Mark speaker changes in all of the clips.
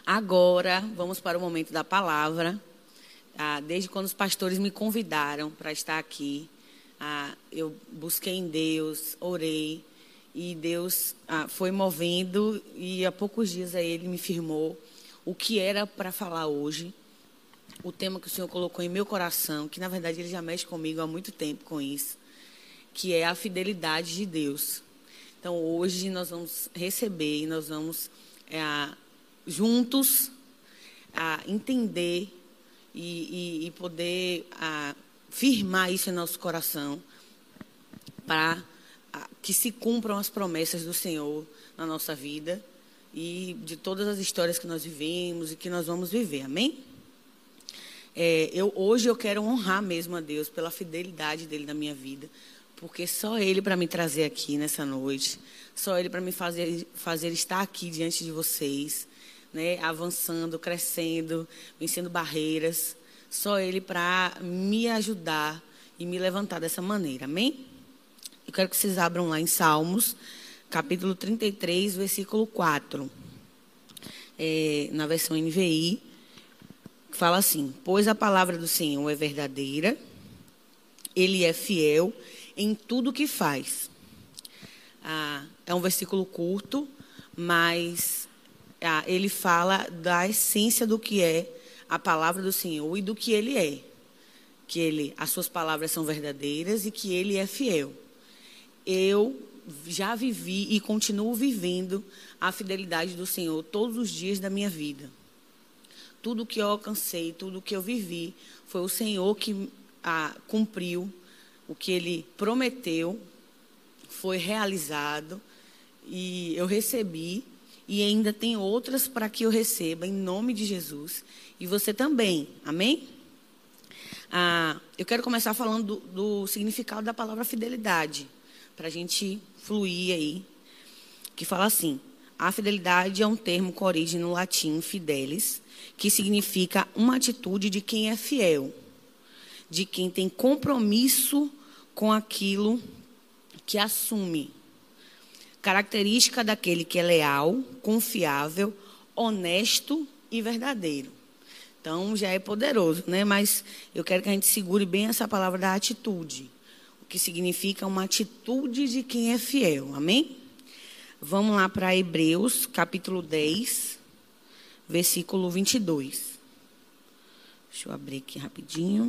Speaker 1: Agora, vamos para o momento da palavra. Desde quando os pastores me convidaram para estar aqui, eu busquei em Deus, orei, e Deus foi movendo, e há poucos dias Ele me firmou o que era para falar hoje, o tema que o Senhor colocou em meu coração, que na verdade Ele já mexe comigo há muito tempo com isso, que é a fidelidade de Deus. Então, hoje nós vamos receber e nós vamos juntos entender e poder firmar isso em nosso coração para que se cumpram as promessas do Senhor na nossa vida e de todas as histórias que nós vivemos e que nós vamos viver. Amém? Hoje eu quero honrar mesmo a Deus pela fidelidade dEle na minha vida, porque só Ele para me trazer aqui nessa noite, só Ele para me fazer estar aqui diante de vocês, né, avançando, crescendo, vencendo barreiras, só Ele para me ajudar e me levantar dessa maneira, amém? Eu quero que vocês abram lá em Salmos, capítulo 33, versículo 4, na versão NVI, que fala assim: pois a palavra do Senhor é verdadeira, Ele é fiel em tudo que faz. É um versículo curto, mas ele fala da essência do que é a palavra do Senhor e do que Ele é. Que as suas palavras são verdadeiras e que Ele é fiel. Eu já vivi e continuo vivendo a fidelidade do Senhor todos os dias da minha vida. Tudo que eu alcancei, tudo que eu vivi, foi o Senhor que cumpriu. O que Ele prometeu foi realizado e eu recebi, e ainda tem outras para que eu receba, em nome de Jesus. E você também, amém? Eu quero começar falando do significado da palavra fidelidade, para a gente fluir aí, que fala assim: a fidelidade é um termo com origem no latim fidelis, que significa uma atitude de quem é fiel, de quem tem compromisso com aquilo que assume. Característica daquele que é leal, confiável, honesto e verdadeiro. Então, já é poderoso, né? Mas eu quero que a gente segure bem essa palavra da atitude, o que significa uma atitude de quem é fiel, amém? Vamos lá para Hebreus, capítulo 10, versículo 22. Deixa eu abrir aqui rapidinho.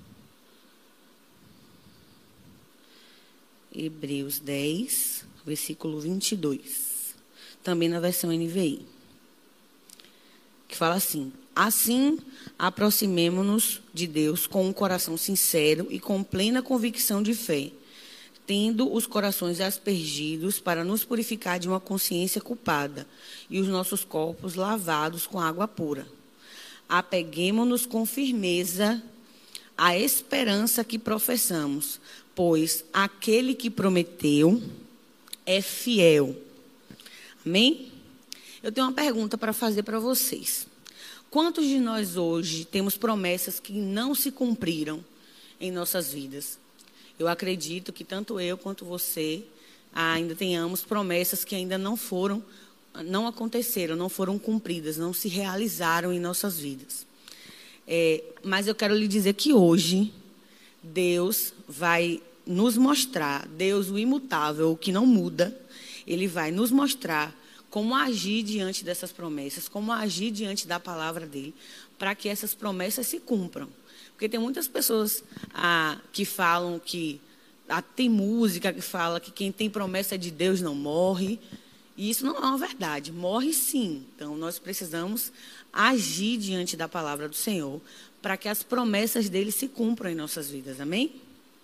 Speaker 1: Hebreus 10, versículo 22. Também na versão NVI. Que fala assim: assim, aproximemo-nos de Deus com um coração sincero e com plena convicção de fé, tendo os corações aspergidos para nos purificar de uma consciência culpada e os nossos corpos lavados com água pura. Apeguemo-nos com firmeza à esperança que professamos, pois aquele que prometeu é fiel. Amém? Eu tenho uma pergunta para fazer para vocês. Quantos de nós hoje temos promessas que não se cumpriram em nossas vidas? Eu acredito que tanto eu quanto você ainda tenhamos promessas que ainda não aconteceram, não foram cumpridas, não se realizaram em nossas vidas. Mas eu quero lhe dizer que hoje Deus vai nos mostrar, Deus o imutável, o que não muda, Ele vai nos mostrar como agir diante dessas promessas, como agir diante da palavra dEle, para que essas promessas se cumpram. Porque tem muitas pessoas que falam que... tem música que fala que quem tem promessa de Deus não morre, e isso não é uma verdade, morre sim. Então, nós precisamos agir diante da palavra do Senhor, para que as promessas dEle se cumpram em nossas vidas, amém?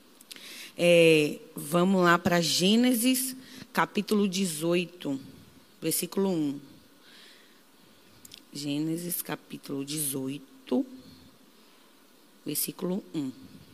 Speaker 1: Vamos lá para Gênesis, capítulo 18, versículo 1. Gênesis, capítulo 18, versículo 1.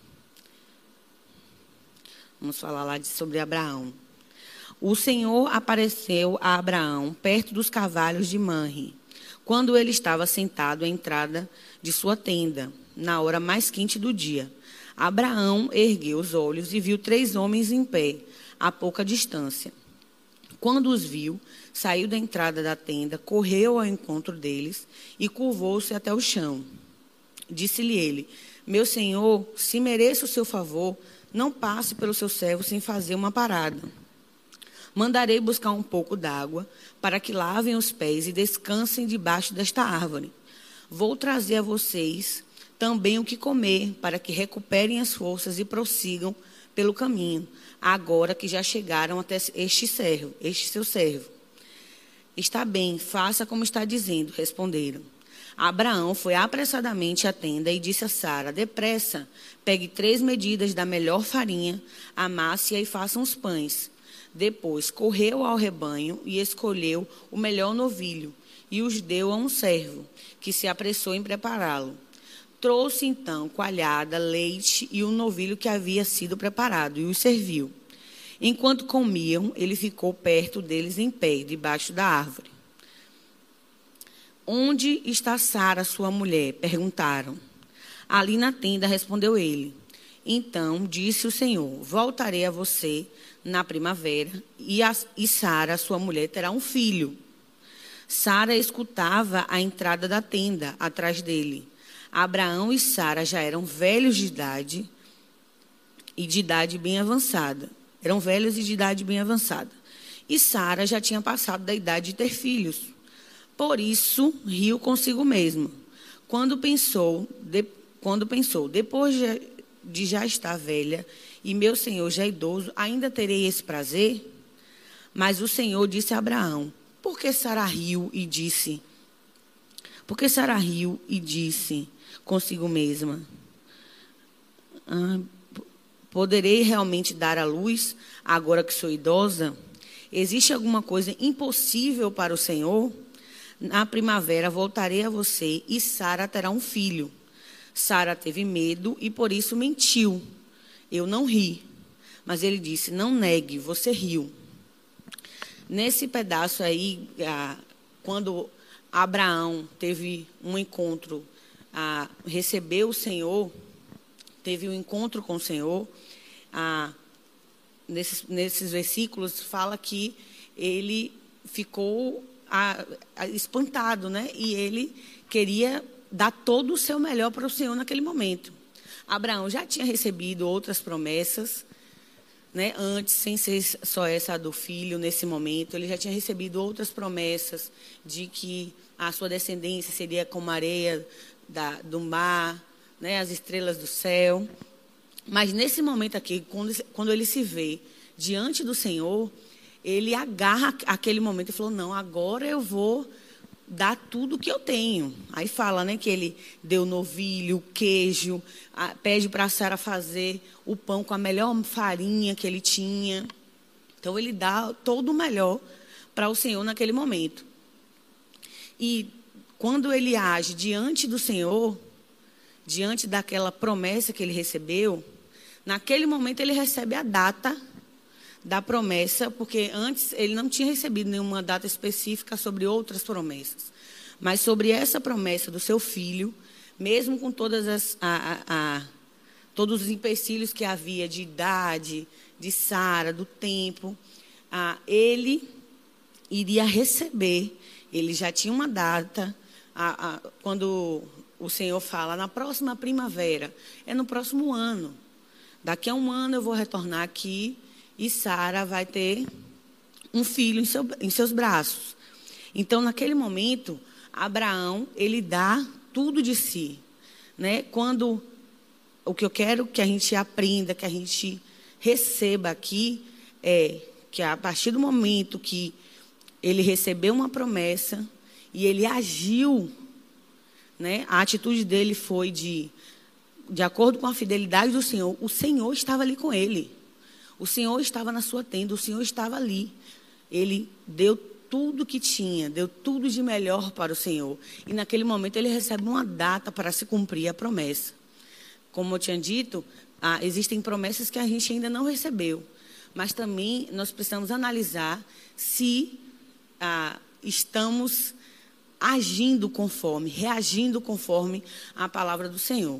Speaker 1: Vamos falar lá sobre Abraão. O Senhor apareceu a Abraão perto dos carvalhos de Manre, quando ele estava sentado à entrada de sua tenda, na hora mais quente do dia. Abraão ergueu os olhos e viu 3 homens em pé, a pouca distância. Quando os viu, saiu da entrada da tenda, correu ao encontro deles e curvou-se até o chão. Disse-lhe ele: meu senhor, se mereço o seu favor, não passe pelo seu servo sem fazer uma parada. Mandarei buscar um pouco d'água para que lavem os pés e descansem debaixo desta árvore. Vou trazer a vocês também o que comer, para que recuperem as forças e prossigam pelo caminho, agora que já chegaram até este seu servo. Está bem, faça como está dizendo, responderam. Abraão foi apressadamente à tenda e disse a Sara: depressa, pegue 3 medidas da melhor farinha, amasse-a e faça uns pães. Depois correu ao rebanho e escolheu o melhor novilho e os deu a um servo, que se apressou em prepará-lo. Trouxe então coalhada, leite e o novilho que havia sido preparado e os serviu. Enquanto comiam, ele ficou perto deles em pé, debaixo da árvore. Onde está Sara, sua mulher? Perguntaram. Ali na tenda, respondeu ele. Então disse o Senhor: voltarei a você na primavera e Sara, sua mulher, terá um filho. Sara escutava a entrada da tenda atrás dele. Abraão e Sara já eram velhos de idade e de idade bem avançada. Eram velhos e de idade bem avançada. E Sara já tinha passado da idade de ter filhos. Por isso, riu consigo mesma. Quando pensou, depois de já estar velha e meu senhor já idoso, ainda terei esse prazer? Mas o Senhor disse a Abraão: por que Sara riu e disse consigo mesma: poderei realmente dar à luz agora que sou idosa? Existe alguma coisa impossível para o Senhor? Na primavera voltarei a você e Sara terá um filho. Sara teve medo e por isso mentiu. Eu não ri. Mas ele disse: não negue, você riu. Nesse pedaço aí, quando Abraão teve um encontro, recebeu o Senhor, teve um encontro com o Senhor, nesses versículos fala que ele ficou espantado, né? E ele queria dar todo o seu melhor para o Senhor naquele momento. Abraão já tinha recebido outras promessas, né? Antes, sem ser só essa do filho, nesse momento, ele já tinha recebido outras promessas de que a sua descendência seria como a areia do mar, né? As estrelas do céu. Mas nesse momento aqui, quando ele se vê diante do Senhor, ele agarra aquele momento e falou: não, agora eu vou dar tudo o que eu tenho. Aí fala, né, que ele deu novilho, queijo, pede para a Sara fazer o pão com a melhor farinha que ele tinha. Então, ele dá todo o melhor para o Senhor naquele momento. E quando ele age diante do Senhor, diante daquela promessa que ele recebeu, naquele momento ele recebe a data da promessa, porque antes ele não tinha recebido nenhuma data específica sobre outras promessas. Mas sobre essa promessa do seu filho, mesmo com todos os empecilhos que havia de idade, de Sara, do tempo, ele iria receber, ele já tinha uma data, quando o Senhor fala, na próxima primavera, é no próximo ano. Daqui a um ano eu vou retornar aqui, e Sara vai ter um filho em seus braços. Então, naquele momento, Abraão, ele dá tudo de si, né? Quando o que eu quero que a gente aprenda, que a gente receba aqui, é que a partir do momento que ele recebeu uma promessa e ele agiu, né? A atitude dele foi de acordo com a fidelidade do Senhor, o Senhor estava ali com ele. O Senhor estava na sua tenda, o Senhor estava ali. Ele deu tudo que tinha, deu tudo de melhor para o Senhor. E naquele momento ele recebe uma data para se cumprir a promessa. Como eu tinha dito, existem promessas que a gente ainda não recebeu. Mas também nós precisamos analisar se estamos agindo conforme, reagindo conforme a palavra do Senhor.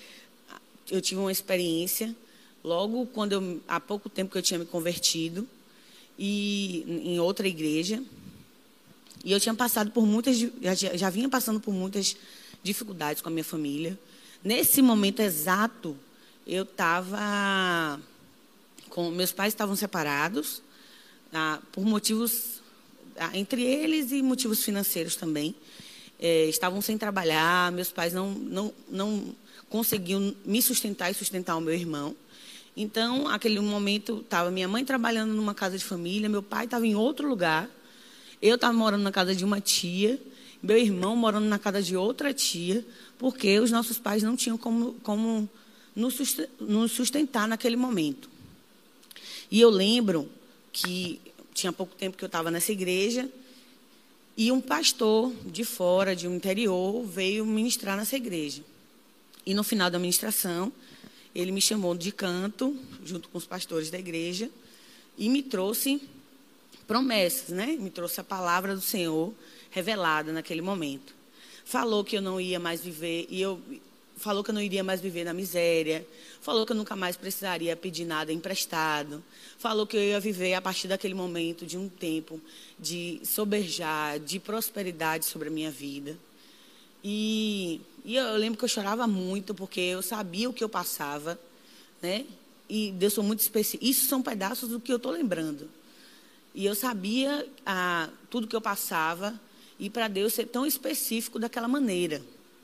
Speaker 1: Eu tive uma experiência, logo quando há pouco tempo que eu tinha me convertido, e em outra igreja. E eu tinha passado por muitas, já vinha passando por muitas dificuldades com a minha família. Nesse momento exato, eu estava meus pais estavam separados, por motivos, entre eles e motivos financeiros também. Estavam sem trabalhar, meus pais não conseguiam me sustentar e sustentar o meu irmão. Então, naquele momento, estava minha mãe trabalhando numa casa de família, meu pai estava em outro lugar, eu estava morando na casa de uma tia, meu irmão morando na casa de outra tia, porque os nossos pais não tinham como nos sustentar naquele momento. E eu lembro que tinha pouco tempo que eu estava nessa igreja e um pastor de fora, de um interior, veio ministrar nessa igreja. E no final da ministração, ele me chamou de canto, junto com os pastores da igreja, e me trouxe promessas, né? Me trouxe a palavra do Senhor revelada naquele momento. Falou que eu não ia mais viver, falou que eu não iria mais viver na miséria, falou que eu nunca mais precisaria pedir nada emprestado, falou que eu ia viver a partir daquele momento de um tempo de soberjar, de prosperidade sobre a minha vida. E eu lembro que eu chorava muito, porque eu sabia o que eu passava, né? E Deus foi muito específico. Isso são pedaços do que eu estou lembrando. E eu sabia tudo que eu passava, e para Deus ser tão específico daquela maneira.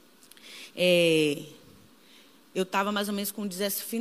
Speaker 1: Eu estava mais ou menos com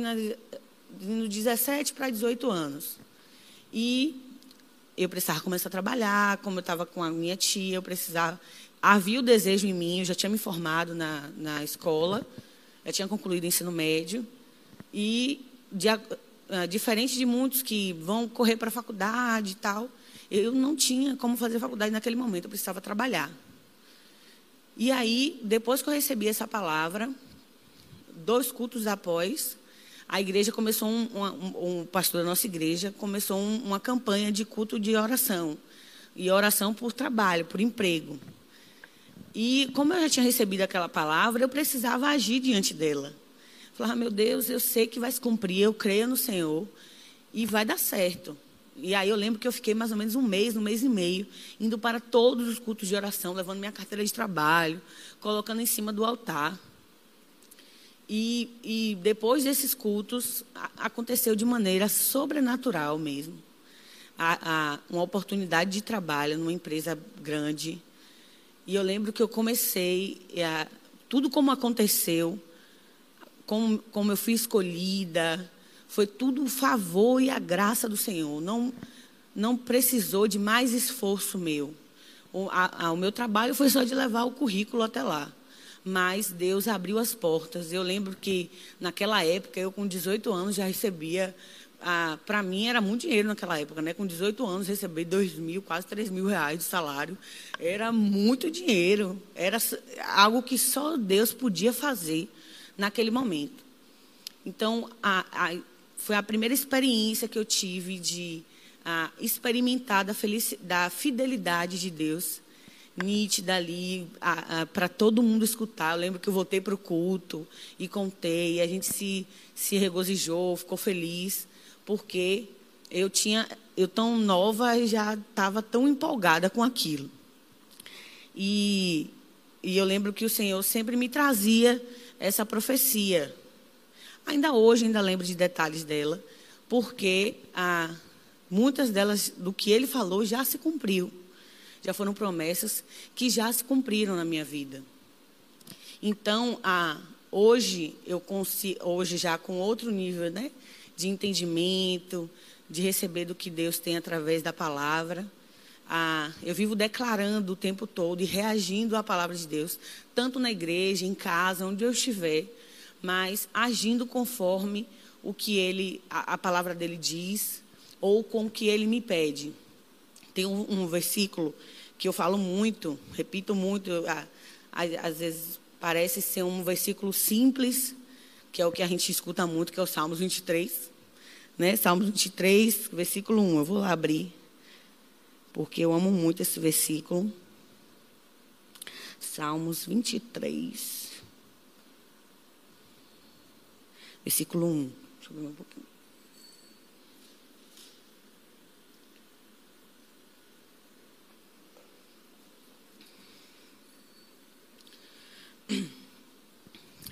Speaker 1: 17 para 18 anos. E eu precisava começar a trabalhar, como eu estava com a minha tia, eu precisava... Havia o desejo em mim, eu já tinha me formado na escola, eu tinha concluído o ensino médio, e, diferente de muitos que vão correr para a faculdade e tal, eu não tinha como fazer faculdade naquele momento, eu precisava trabalhar. E aí, depois que eu recebi essa palavra, 2 cultos após, a igreja começou, um pastor da nossa igreja começou uma campanha de culto de oração, e oração por trabalho, por emprego. E como eu já tinha recebido aquela palavra, eu precisava agir diante dela. Falava, meu Deus, eu sei que vai se cumprir, eu creio no Senhor e vai dar certo. E aí eu lembro que eu fiquei mais ou menos um mês e meio, indo para todos os cultos de oração, levando minha carteira de trabalho, colocando em cima do altar. E depois desses cultos, aconteceu de maneira sobrenatural mesmo. Uma oportunidade de trabalho numa empresa grande. E eu lembro que eu comecei, tudo como aconteceu, como eu fui escolhida, foi tudo o favor e a graça do Senhor. Não precisou de mais esforço meu. O meu trabalho foi só de levar o currículo até lá. Mas Deus abriu as portas. Eu lembro que, naquela época, eu com 18 anos já recebia... para mim era muito dinheiro naquela época, né? Com 18 anos, receber 2.000, quase 3.000 reais de salário. Era muito dinheiro. Era algo que só Deus podia fazer naquele momento. Então, foi a primeira experiência que eu tive de experimentar da fidelidade de Deus, nítida ali, para todo mundo escutar. Eu lembro que eu voltei para o culto e contei, e a gente se regozijou, ficou feliz, porque eu tão nova e já estava tão empolgada com aquilo. E eu lembro que o Senhor sempre me trazia essa profecia. Ainda hoje, ainda lembro de detalhes dela, porque muitas delas, do que Ele falou, já se cumpriu. Já foram promessas que já se cumpriram na minha vida. Então, hoje, hoje já com outro nível, né, de entendimento, de receber do que Deus tem através da palavra, eu vivo declarando o tempo todo e reagindo à palavra de Deus, tanto na igreja, em casa, onde eu estiver, mas agindo conforme o que a palavra dele diz ou com o que ele me pede. Tem um versículo que eu falo muito, repito muito, às vezes parece ser um versículo simples, que é o que a gente escuta muito, que é o Salmos 23, né? Salmos 23, versículo 1. Eu vou lá abrir, porque eu amo muito esse versículo. Salmos 23, versículo 1. Deixa eu ver um pouquinho.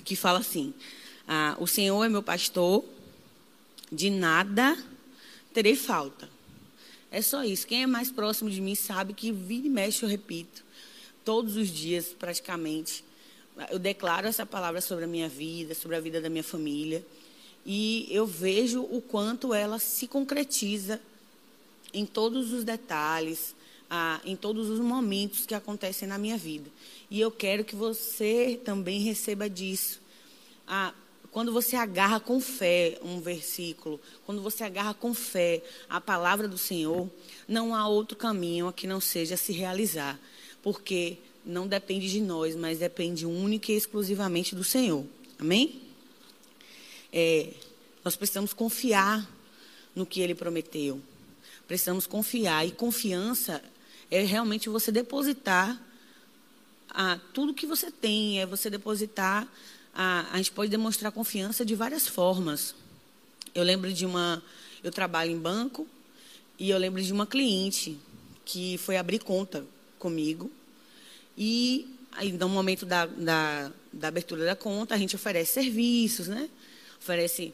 Speaker 1: que fala assim: o Senhor é meu pastor, de nada terei falta. É só isso. Quem é mais próximo de mim sabe que vira e mexe, eu repito, todos os dias, praticamente. Eu declaro essa palavra sobre a minha vida, sobre a vida da minha família, e eu vejo o quanto ela se concretiza em todos os detalhes, em todos os momentos que acontecem na minha vida. E eu quero que você também receba disso. Quando você agarra com fé um versículo, quando você agarra com fé a palavra do Senhor, não há outro caminho que não seja se realizar, porque não depende de nós, mas depende única e exclusivamente do Senhor. Amém? Nós precisamos confiar no que Ele prometeu. Precisamos confiar. E confiança é realmente você depositar tudo que você tem. É você depositar. A gente pode demonstrar confiança de várias formas. Eu lembro eu trabalho em banco, e eu lembro de uma cliente que foi abrir conta comigo. E aí, no momento da abertura da conta, a gente oferece serviços, né? Oferece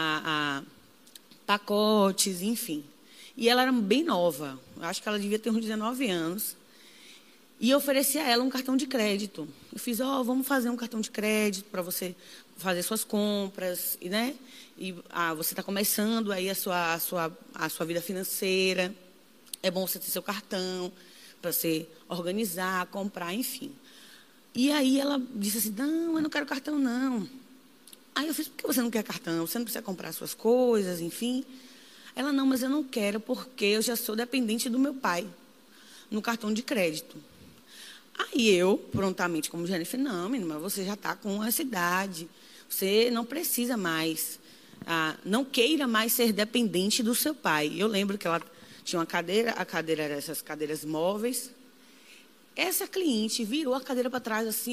Speaker 1: pacotes, enfim. E ela era bem nova, eu acho que ela devia ter uns 19 anos. E eu ofereci a ela um cartão de crédito. Eu fiz, vamos fazer um cartão de crédito para você fazer suas compras, né? E você está começando aí a sua vida financeira. É bom você ter seu cartão para você organizar, comprar, enfim. E aí ela disse assim: não, eu não quero cartão, não. Aí eu fiz: por que você não quer cartão? Você não precisa comprar suas coisas, enfim. Ela: não, mas eu não quero porque eu já sou dependente do meu pai no cartão de crédito. Aí eu, prontamente, como Jennifer: não, menina, mas você já está com essa idade, você não precisa mais, não queira mais ser dependente do seu pai. Eu lembro que ela tinha uma cadeira, a cadeira era essas cadeiras móveis. Essa cliente virou a cadeira para trás assim: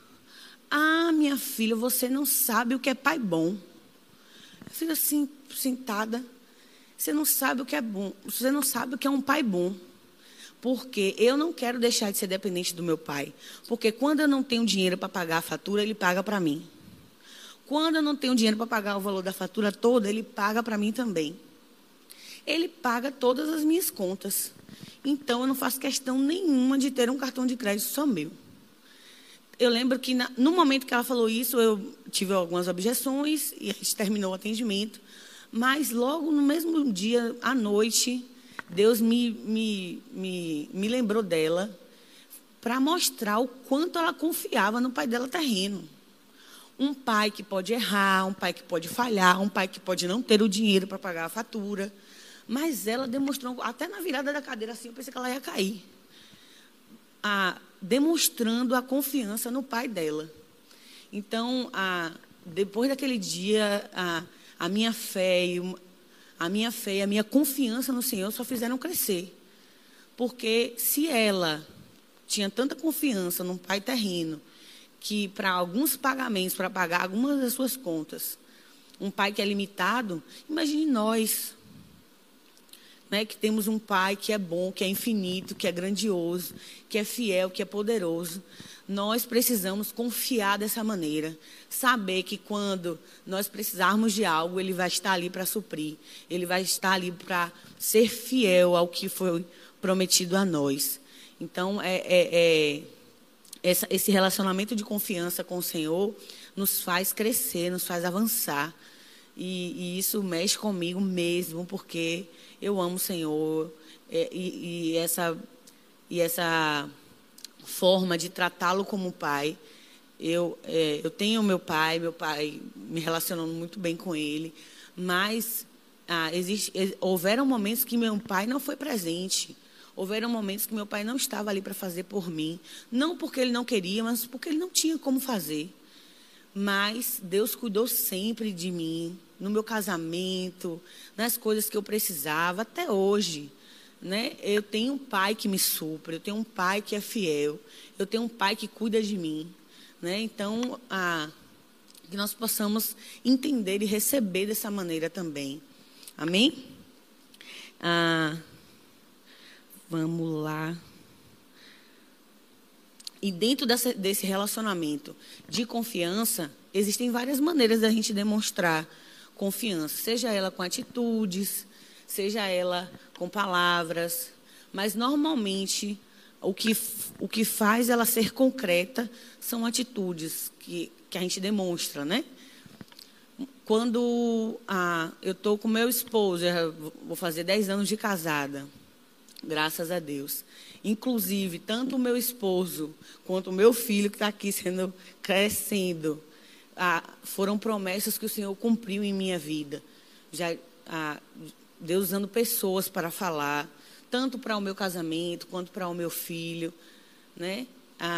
Speaker 1: minha filha, você não sabe o que é pai bom. Eu fico assim, sentada. Você não sabe o que é bom, você não sabe o que é um pai bom. Porque eu não quero deixar de ser dependente do meu pai. Porque quando eu não tenho dinheiro para pagar a fatura, ele paga para mim. Quando eu não tenho dinheiro para pagar o valor da fatura toda, ele paga para mim também. Ele paga todas as minhas contas. Então, eu não faço questão nenhuma de ter um cartão de crédito só meu. Eu lembro que, no momento que ela falou isso, eu tive algumas objeções e a gente terminou o atendimento. Mas, logo no mesmo dia, à noite, Deus me lembrou dela para mostrar o quanto ela confiava no pai dela terreno. Um pai que pode errar, um pai que pode falhar, um pai que pode não ter o dinheiro para pagar a fatura. Mas ela demonstrou, até na virada da cadeira assim, eu pensei que ela ia cair. Demonstrando a confiança no pai dela. Então, depois daquele dia, a minha fé e a minha confiança no Senhor só fizeram crescer. Porque se ela tinha tanta confiança num pai terreno, que para alguns pagamentos, para pagar algumas das suas contas, um pai que é limitado, imagine nós, né, que temos um pai que é bom, que é infinito, que é grandioso, que é fiel, que é poderoso. Nós precisamos confiar dessa maneira, saber que quando nós precisarmos de algo, Ele vai estar ali para suprir, Ele vai estar ali para ser fiel ao que foi prometido a nós. Então, esse relacionamento de confiança com o Senhor nos faz crescer, nos faz avançar. E isso mexe comigo mesmo, porque eu amo o Senhor. E essa forma de tratá-lo como pai. Eu tenho meu pai me relacionando muito bem com ele, mas houveram momentos que meu pai não foi presente. Houveram momentos que meu pai não estava ali para fazer por mim. Não porque ele não queria, mas porque ele não tinha como fazer. Mas Deus cuidou sempre de mim, no meu casamento, nas coisas que eu precisava, até hoje. Né? Eu tenho um pai que me supre, eu tenho um pai que é fiel, eu tenho um pai que cuida de mim. Né? Então, que nós possamos entender e receber dessa maneira também. Amém? Vamos lá. E dentro desse relacionamento de confiança, existem várias maneiras da gente demonstrar confiança, seja ela com atitudes, seja ela com palavras, mas normalmente o que faz ela ser concreta são atitudes que a gente demonstra, né? Quando eu estou com meu esposo, eu vou fazer 10 anos de casada, graças a Deus. Inclusive, tanto o meu esposo quanto o meu filho, que está aqui crescendo, foram promessas que o Senhor cumpriu em minha vida. Deus usando pessoas para falar, tanto para o meu casamento quanto para o meu filho, né?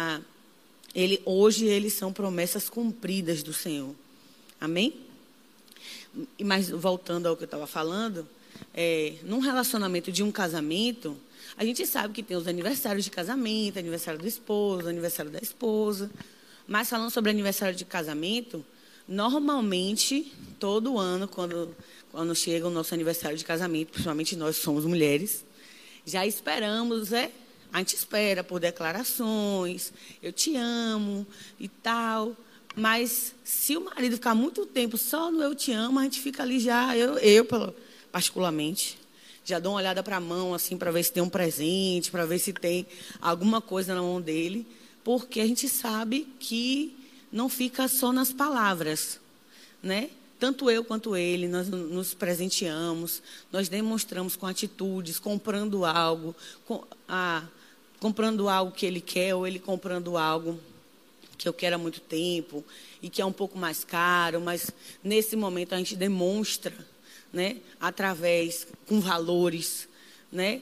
Speaker 1: Hoje eles são promessas cumpridas do Senhor. Amém? Mas voltando ao que eu estava falando, num relacionamento de um casamento, a gente sabe que tem os aniversários de casamento, aniversário do esposo, aniversário da esposa. Mas falando sobre aniversário de casamento, normalmente, todo ano, quando chega o nosso aniversário de casamento, principalmente nós somos mulheres, já esperamos, a gente espera por declarações, eu te amo e tal. Mas se o marido ficar muito tempo só no eu te amo, a gente fica ali já, eu particularmente, já dou uma olhada para a mão, assim, para ver se tem um presente, para ver se tem alguma coisa na mão dele, porque a gente sabe que não fica só nas palavras, né? Tanto eu quanto ele, nós nos presenteamos, nós demonstramos com atitudes, comprando algo que ele quer, ou ele comprando algo que eu quero há muito tempo e que é um pouco mais caro, mas nesse momento a gente demonstra, né, com valores, né,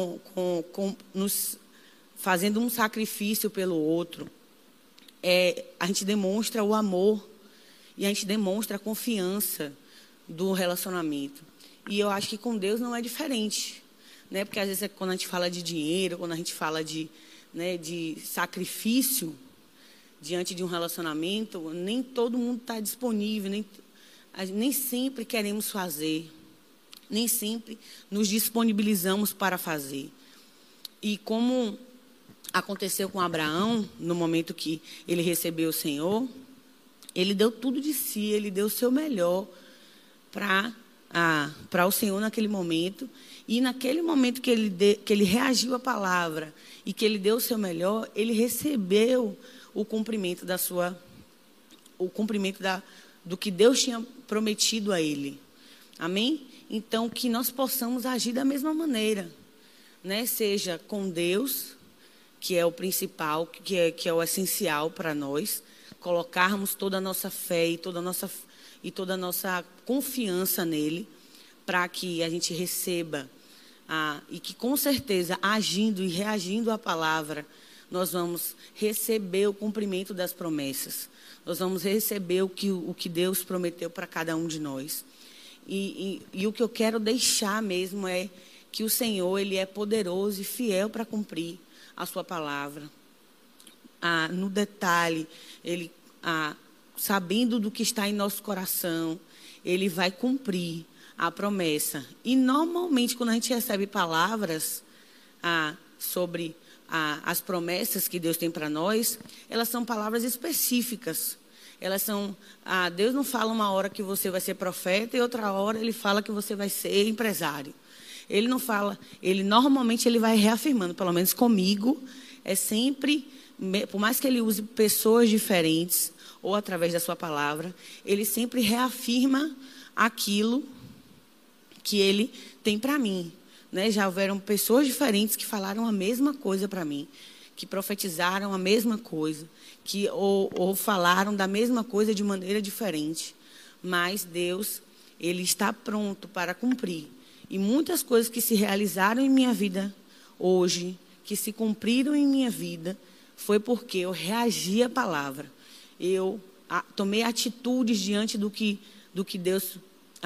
Speaker 1: fazendo um sacrifício pelo outro. A gente demonstra o amor e a gente demonstra a confiança do relacionamento. E eu acho que com Deus não é diferente, né, porque às vezes quando a gente fala de dinheiro, quando a gente fala de sacrifício diante de um relacionamento, nem todo mundo está disponível, nem sempre queremos fazer, nem sempre nos disponibilizamos para fazer. E como aconteceu com Abraão, no momento que ele recebeu o Senhor, ele deu tudo de si, ele deu o seu melhor para o Senhor naquele momento. E naquele momento que ele reagiu à palavra e que ele deu o seu melhor, ele recebeu o cumprimento do que Deus tinha prometido a ele. Amém? Então, que nós possamos agir da mesma maneira, né? Seja com Deus, que é o principal, que é o essencial para nós, colocarmos toda a nossa fé e toda a nossa confiança nele, para que a gente receba, e que com certeza, agindo e reagindo à palavra, nós vamos receber o cumprimento das promessas. Nós vamos receber o que Deus prometeu para cada um de nós. E o que eu quero deixar mesmo é que o Senhor, Ele é poderoso e fiel para cumprir a sua palavra. No detalhe, Ele, sabendo do que está em nosso coração, Ele vai cumprir a promessa. E normalmente, quando a gente recebe palavras sobre as promessas que Deus tem para nós, elas são palavras específicas. Elas são, Deus não fala uma hora que você vai ser profeta e outra hora Ele fala que você vai ser empresário. Ele não fala, normalmente Ele vai reafirmando, pelo menos comigo, é sempre, por mais que Ele use pessoas diferentes, ou através da sua palavra, Ele sempre reafirma aquilo que Ele tem para mim. Né? Já houveram pessoas diferentes que falaram a mesma coisa para mim, que profetizaram a mesma coisa, ou falaram da mesma coisa de maneira diferente. Mas Deus, Ele está pronto para cumprir. E muitas coisas que se realizaram em minha vida hoje, que se cumpriram em minha vida, foi porque eu reagi à palavra. Eu tomei atitudes diante do que Deus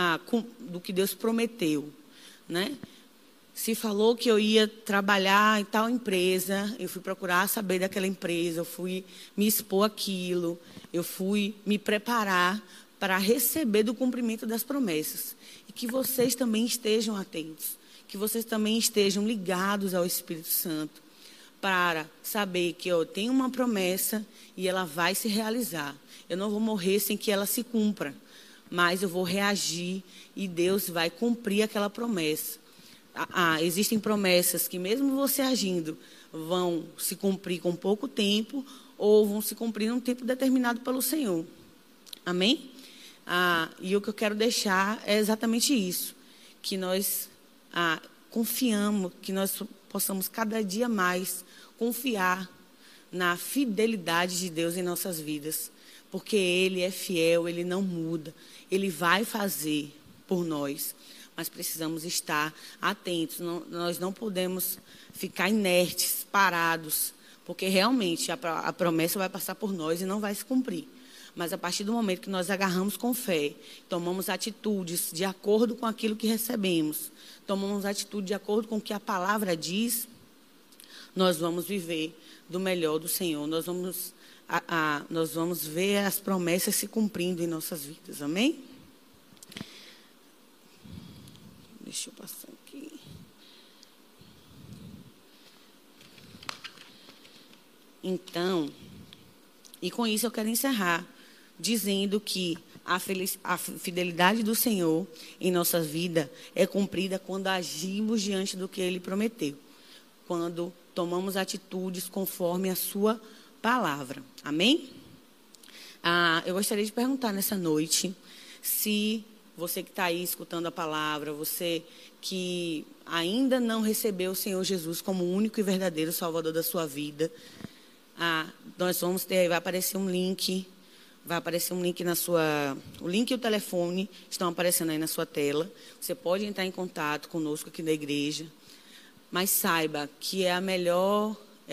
Speaker 1: prometeu, né? Se falou que eu ia trabalhar em tal empresa, eu fui procurar saber daquela empresa, eu fui me expor àquilo, eu fui me preparar para receber do cumprimento das promessas. E que vocês também estejam atentos, que vocês também estejam ligados ao Espírito Santo, para saber que eu tenho uma promessa e ela vai se realizar. Eu não vou morrer sem que ela se cumpra, mas eu vou reagir e Deus vai cumprir aquela promessa. Existem promessas que, mesmo você agindo, vão se cumprir com pouco tempo ou vão se cumprir num tempo determinado pelo Senhor. Amém? E o que eu quero deixar é exatamente isso, que nós confiamos, que nós possamos cada dia mais confiar na fidelidade de Deus em nossas vidas, porque Ele é fiel, Ele não muda, Ele vai fazer por nós, mas precisamos estar atentos, nós não podemos ficar inertes, parados, porque realmente a promessa vai passar por nós e não vai se cumprir. Mas a partir do momento que nós agarramos com fé, tomamos atitudes de acordo com aquilo que recebemos, tomamos atitude de acordo com o que a palavra diz, nós vamos viver do melhor do Senhor. Nós vamos ver as promessas se cumprindo em nossas vidas. Amém? Deixa eu passar aqui. Então, e com isso eu quero encerrar, dizendo que a fidelidade do Senhor em nossa vida é cumprida quando agimos diante do que Ele prometeu, quando tomamos atitudes conforme a sua palavra. Amém? Eu gostaria de perguntar nessa noite, se você que está aí escutando a palavra, você que ainda não recebeu o Senhor Jesus como o único e verdadeiro Salvador da sua vida, nós vamos ter, vai aparecer um link na sua... O link e o telefone estão aparecendo aí na sua tela. Você pode entrar em contato conosco aqui da igreja. Mas saiba que é a melhor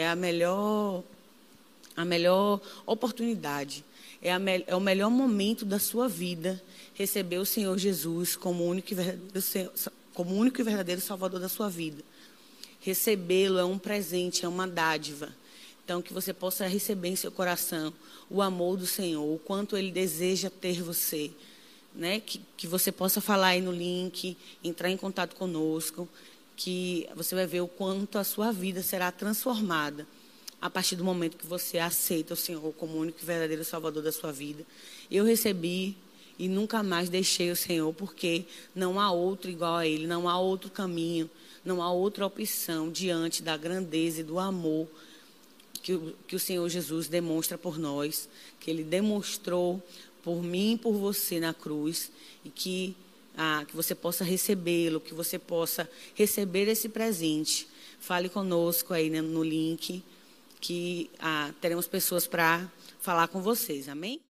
Speaker 1: oportunidade, é o melhor momento da sua vida receber o Senhor Jesus como único e verdadeiro Salvador da sua vida. Recebê-lo é um presente, é uma dádiva. Então, que você possa receber em seu coração o amor do Senhor, o quanto Ele deseja ter você. Né? Que você possa falar aí no link, entrar em contato conosco, que você vai ver o quanto a sua vida será transformada a partir do momento que você aceita o Senhor como o único e verdadeiro Salvador da sua vida. Eu recebi e nunca mais deixei o Senhor, porque não há outro igual a Ele, não há outro caminho, não há outra opção diante da grandeza e do amor que o Senhor Jesus demonstra por nós, que Ele demonstrou por mim e por você na cruz, e que você possa recebê-lo, que você possa receber esse presente. Fale conosco aí, né, no link, que teremos pessoas para falar com vocês. Amém?